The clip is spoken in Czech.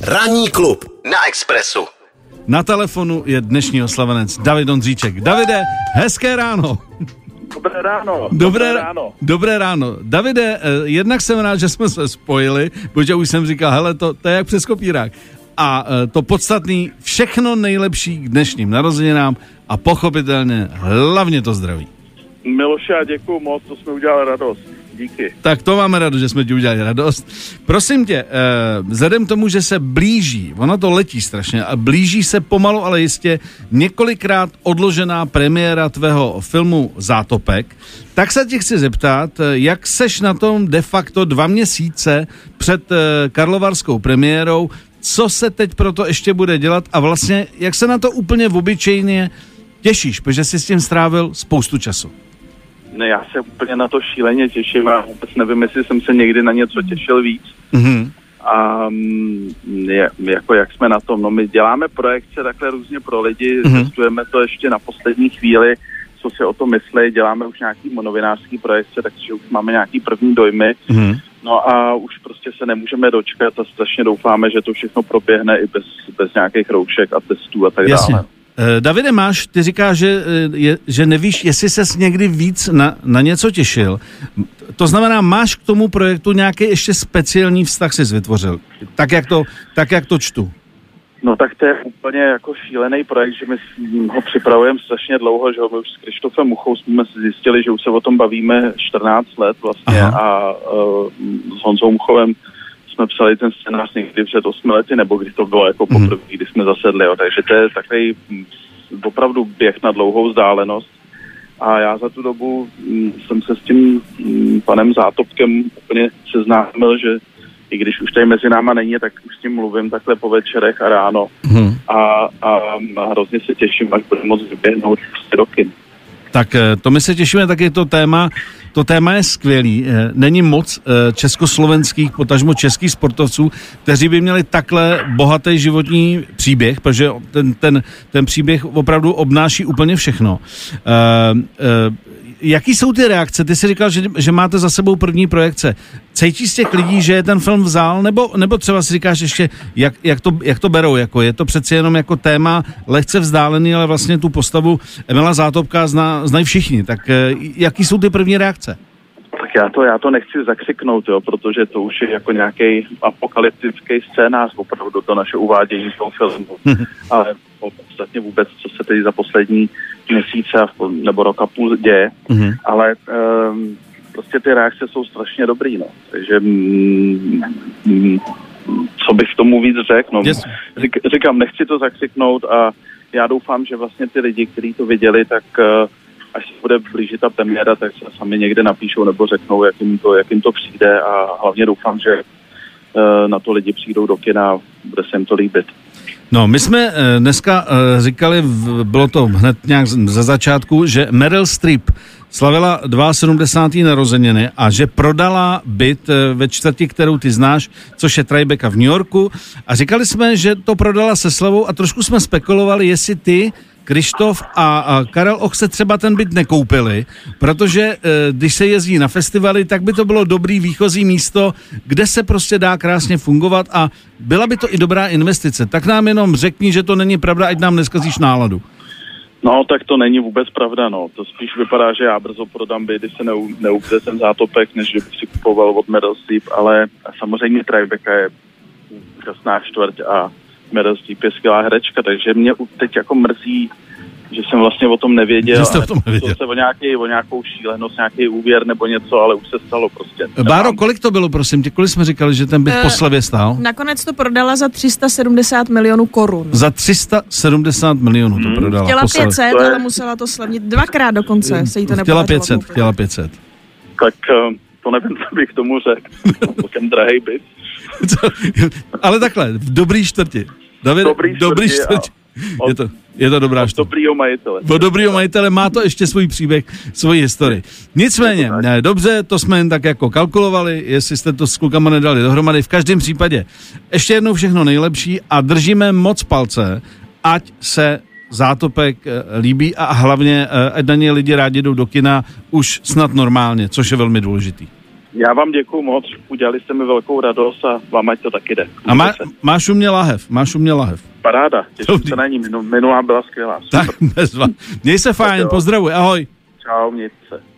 Ranní klub na Expressu. Na telefonu je dnešní oslavenec David Ondříček. Davide, hezké ráno. Dobré ráno. Dobré ráno. Davide, jednak jsem rád, že jsme se spojili, protože už jsem říkal, hele, to je jak přes kopírák. A to podstatný, všechno nejlepší k dnešním narozeninám a pochopitelně hlavně to zdraví. Miloši, a děkuju moc, to jsme udělali radost. Díky. Tak to máme radost, že jsme ti udělali radost. Prosím tě, vzhledem k tomu, že se blíží, ono to letí strašně, a blíží se pomalu, ale jistě několikrát odložená premiéra tvého filmu Zátopek, tak se ti chci zeptat, jak seš na tom de facto 2 měsíce před karlovarskou premiérou, co se teď proto ještě bude dělat a vlastně jak se na to úplně obyčejně těšíš, protože jsi s tím strávil spoustu času. Ne, já se úplně na to šíleně těším a vůbec nevím, jestli jsem se někdy na něco těšil víc. Mm-hmm. A jako jak jsme na tom, no my děláme projekce takhle různě pro lidi, testujeme to ještě na poslední chvíli, co si o to myslí, děláme už nějaký novinářský projekce, takže už máme nějaký první dojmy. Mm-hmm. No a už prostě se nemůžeme dočkat a strašně doufáme, že to všechno proběhne i bez nějakých roušek a testů a tak dále. Davide, ty říkáš, že nevíš, jestli ses někdy víc na něco těšil. To znamená, máš k tomu projektu nějaký ještě speciální vztah jsi vytvořil, tak jak to čtu. No tak to je úplně jako šílený projekt, že my ho připravujeme strašně dlouho, že my už s Krištofem Muchou jsme si zjistili, že už se o tom bavíme 14 let vlastně. Aha. A s Honzou Muchovem jsme psali ten scénář někdy před 8 lety, nebo kdy to bylo jako poprvé, kdy jsme zasedli, jo. Takže to je takový opravdu běh na dlouhou vzdálenost. A já za tu dobu jsem se s tím panem Zátopkem úplně seznámil, že i když už tady mezi náma není, tak už s tím mluvím takhle po večerech a ráno. A hrozně se těším, až budu moc vyběhnout do kin. Tak to my se těšíme, taky to téma je skvělý. Není moc československých, potažmo českých sportovců, kteří by měli takhle bohatý životní příběh, protože ten příběh opravdu obnáší úplně všechno. Jaký jsou ty reakce? Ty jsi říkal, že máte za sebou první projekce. Cítíš z těch lidí, že je ten film vzal, nebo třeba si říkáš ještě, jak to berou? Jako je to přeci jenom jako téma lehce vzdálený, ale vlastně tu postavu Emila Zátopka znají všichni. Tak jaký jsou ty první reakce? Tak já to nechci zakřiknout, jo, protože to už je jako nějaký apokalyptický scénář, opravdu to naše uvádění toho filmu. Ale podstatně vůbec, co se teď za poslední měsíce nebo rok a půl děje, ale prostě ty reakce jsou strašně dobrý, no. Takže co bych tomu víc řekl, no. Yes. Říkám, nechci to zakřiknout a já doufám, že vlastně ty lidi, kteří to viděli, tak až se bude blížit ta premiéra, tak se sami někde napíšou nebo řeknou, jak jim to přijde a hlavně doufám, že na to lidi přijdou do kina a bude se jim to líbit. No, my jsme dneska říkali, bylo to hned nějak ze začátku, že Meryl Streep slavila 72. narozeniny a že prodala byt ve čtvrti, kterou ty znáš, což je Tribeca v New Yorku. A říkali jsme, že to prodala se slevou a trošku jsme spekulovali, jestli ty, Krištof a Karel Och se třeba ten byt nekoupili, protože když se jezdí na festivaly, tak by to bylo dobrý výchozí místo, kde se prostě dá krásně fungovat a byla by to i dobrá investice. Tak nám jenom řekni, že to není pravda, ať nám neskazíš náladu. No, tak to není vůbec pravda, no. To spíš vypadá, že já brzo prodám byt, když se neubře ten Zátopek, než kdybych si kupoval od Meryl Streep, ale samozřejmě Tribeca je úžasná čtvrť a Meryl Streep je skvělá herečka, takže mě teď jako mrzí, že jsem vlastně o tom nevěděl. To se o nějakou šílenost, nějaký úvěr nebo něco, ale už se stalo prostě. Báro, kolik to bylo, prosím tě? Kolik jsme říkali, že ten byt po slevě stál? Nakonec to prodala za 370 milionů korun. Za 370 milionů to prodala. Chtěla 500, ale musela to slevnit dvakrát dokonce. Se jí to chtěla 500. Tak to nevím, co bych tomu řekl. Ten drahej byt. Ale takhle, v dobrý čtvrti. David, dobrý čtvrti. Je to dobrá čtvrť. Od dobrýho majitele má to ještě svůj příběh, svoji historii. Nicméně, dobře, to jsme jen tak jako kalkulovali, jestli jste to s klukama nedali dohromady. V každém případě ještě jednou všechno nejlepší a držíme moc palce, ať se Zátopek líbí a hlavně ať na ně lidi rádi jdou do kina už snad normálně, což je velmi důležitý. Já vám děkuju moc, udělali jste mi velkou radost a vám ať to taky jde. A máš u mě lahev. Paráda, těším se na ní, minulá byla skvělá. Tak bezva. Měj se fajn, pozdravuj, ahoj. Čau, mějte se.